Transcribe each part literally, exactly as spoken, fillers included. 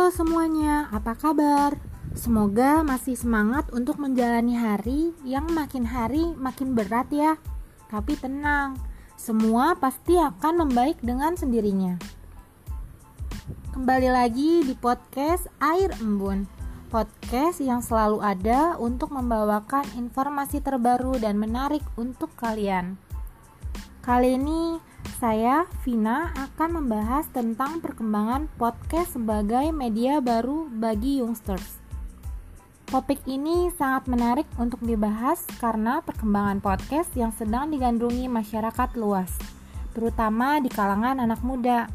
Halo semuanya, apa kabar? Semoga masih semangat untuk menjalani hari yang makin hari makin berat ya. Tapi tenang, semua pasti akan membaik dengan sendirinya. Kembali lagi di podcast Air Embun, podcast yang selalu ada untuk membawakan informasi terbaru dan menarik untuk kalian. Kali ini saya, Vina, akan membahas tentang perkembangan podcast sebagai media baru bagi youngsters. Topik ini sangat menarik untuk dibahas karena perkembangan podcast yang sedang digandrungi masyarakat luas, terutama di kalangan anak muda.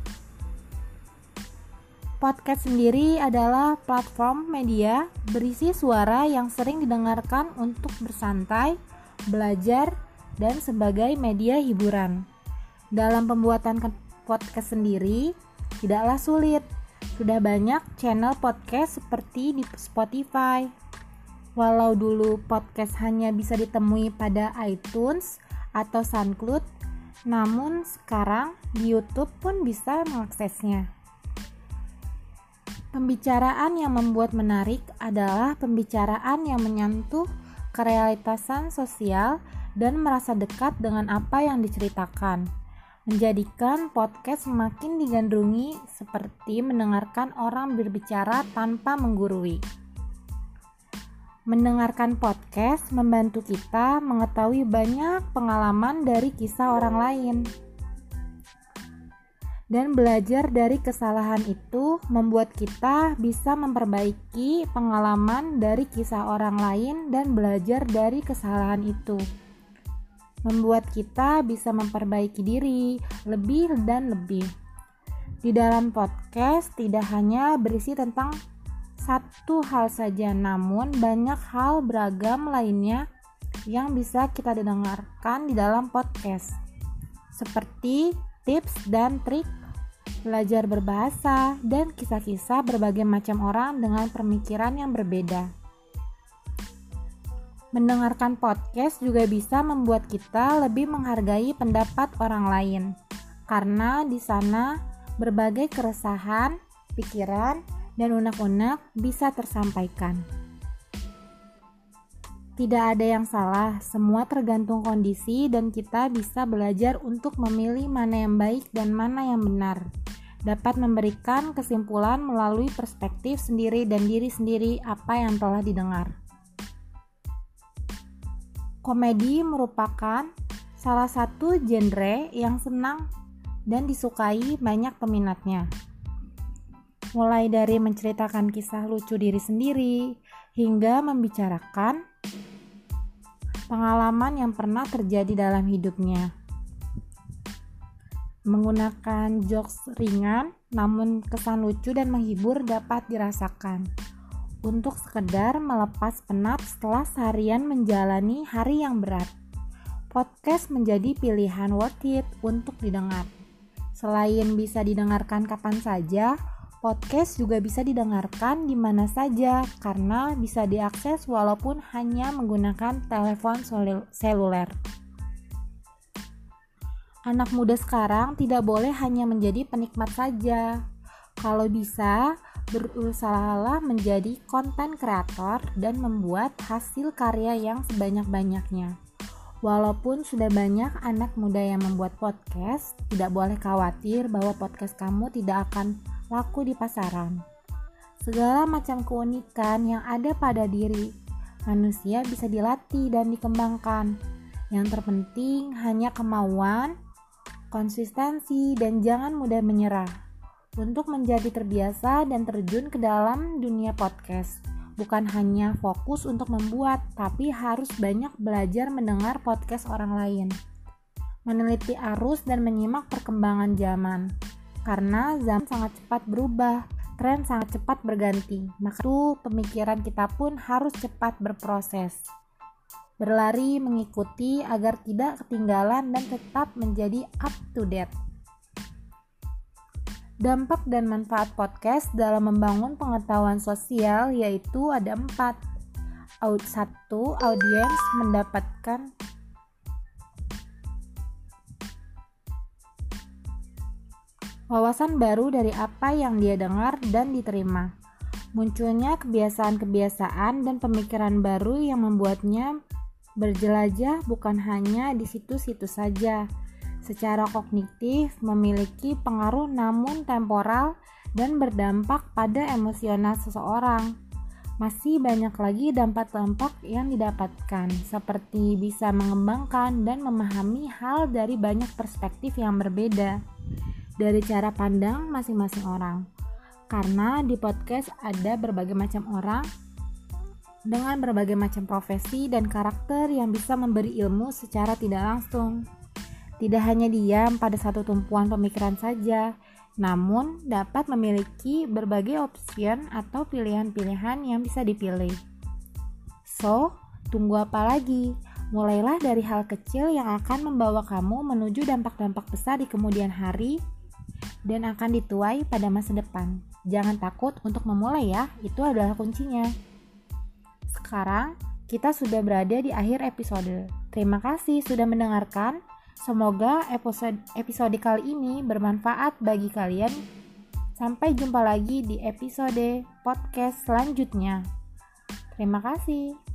Podcast sendiri adalah platform media berisi suara yang sering didengarkan untuk bersantai, belajar, dan sebagai media hiburan. Dalam pembuatan podcast sendiri tidaklah sulit. Sudah banyak channel podcast seperti di Spotify. Walau dulu podcast hanya bisa ditemui pada iTunes atau SoundCloud, namun sekarang di YouTube pun bisa mengaksesnya. Pembicaraan yang membuat menarik adalah pembicaraan yang menyentuh kerealitasan sosial dan merasa dekat dengan apa yang diceritakan, menjadikan podcast semakin digandrungi seperti mendengarkan orang berbicara tanpa menggurui. Mendengarkan podcast membantu kita mengetahui banyak pengalaman dari kisah orang lain. Dan belajar dari kesalahan itu membuat kita bisa memperbaiki pengalaman dari kisah orang lain dan belajar dari kesalahan itu. Membuat kita bisa memperbaiki diri lebih dan lebih. Di dalam podcast tidak hanya berisi tentang satu hal saja, namun banyak hal beragam lainnya yang bisa kita dengarkan di dalam podcast. Seperti tips dan trik, belajar berbahasa, dan kisah-kisah berbagai macam orang dengan pemikiran yang berbeda. Mendengarkan podcast juga bisa membuat kita lebih menghargai pendapat orang lain, karena di sana berbagai keresahan, pikiran, dan unek-unek bisa tersampaikan. Tidak ada yang salah, semua tergantung kondisi dan kita bisa belajar untuk memilih mana yang baik dan mana yang benar. Dapat memberikan kesimpulan melalui perspektif sendiri dan diri sendiri apa yang telah didengar. Komedi merupakan salah satu genre yang senang dan disukai banyak peminatnya. Mulai dari menceritakan kisah lucu diri sendiri hingga membicarakan pengalaman yang pernah terjadi dalam hidupnya. Menggunakan jokes ringan namun kesan lucu dan menghibur dapat dirasakan untuk sekedar melepas penat setelah seharian menjalani hari yang berat. Podcast menjadi pilihan worth it untuk didengar. Selain bisa didengarkan kapan saja, podcast juga bisa didengarkan di mana saja karena bisa diakses walaupun hanya menggunakan telepon seluler. Anak muda sekarang tidak boleh hanya menjadi penikmat saja. Kalau bisa, berusahalah menjadi konten kreator dan membuat hasil karya yang sebanyak-banyaknya. Walaupun sudah banyak anak muda yang membuat podcast, tidak boleh khawatir bahwa podcast kamu tidak akan laku di pasaran. Segala macam keunikan yang ada pada diri manusia bisa dilatih dan dikembangkan. Yang terpenting hanya kemauan, konsistensi, dan jangan mudah menyerah. Untuk menjadi terbiasa dan terjun ke dalam dunia podcast, bukan hanya fokus untuk membuat, tapi harus banyak belajar mendengar podcast orang lain, meneliti arus dan menyimak perkembangan zaman. Karena zaman sangat cepat berubah, tren sangat cepat berganti, maka itu pemikiran kita pun harus cepat berproses. Berlari mengikuti agar tidak ketinggalan dan tetap menjadi up to date. Dampak dan manfaat podcast dalam membangun pengetahuan sosial yaitu ada empat. Satu, audiens mendapatkan wawasan baru dari apa yang dia dengar dan diterima. Munculnya kebiasaan-kebiasaan dan pemikiran baru yang membuatnya berjelajah bukan hanya di situ-situ saja. Secara kognitif memiliki pengaruh namun temporal dan berdampak pada emosional seseorang. Masih banyak lagi dampak-dampak yang didapatkan, seperti bisa mengembangkan dan memahami hal dari banyak perspektif yang berbeda dari cara pandang masing-masing orang. Karena di podcast ada berbagai macam orang dengan berbagai macam profesi dan karakter yang bisa memberi ilmu secara tidak langsung. Tidak hanya diam pada satu tumpuan pemikiran saja, namun dapat memiliki berbagai option atau pilihan-pilihan yang bisa dipilih. So, tunggu apa lagi? Mulailah dari hal kecil yang akan membawa kamu menuju dampak-dampak besar di kemudian hari dan akan dituai pada masa depan. Jangan takut untuk memulai ya, itu adalah kuncinya. Sekarang kita sudah berada di akhir episode. Terima kasih sudah mendengarkan. Semoga episode episode kali ini bermanfaat bagi kalian. Sampai jumpa lagi di episode podcast selanjutnya. Terima kasih.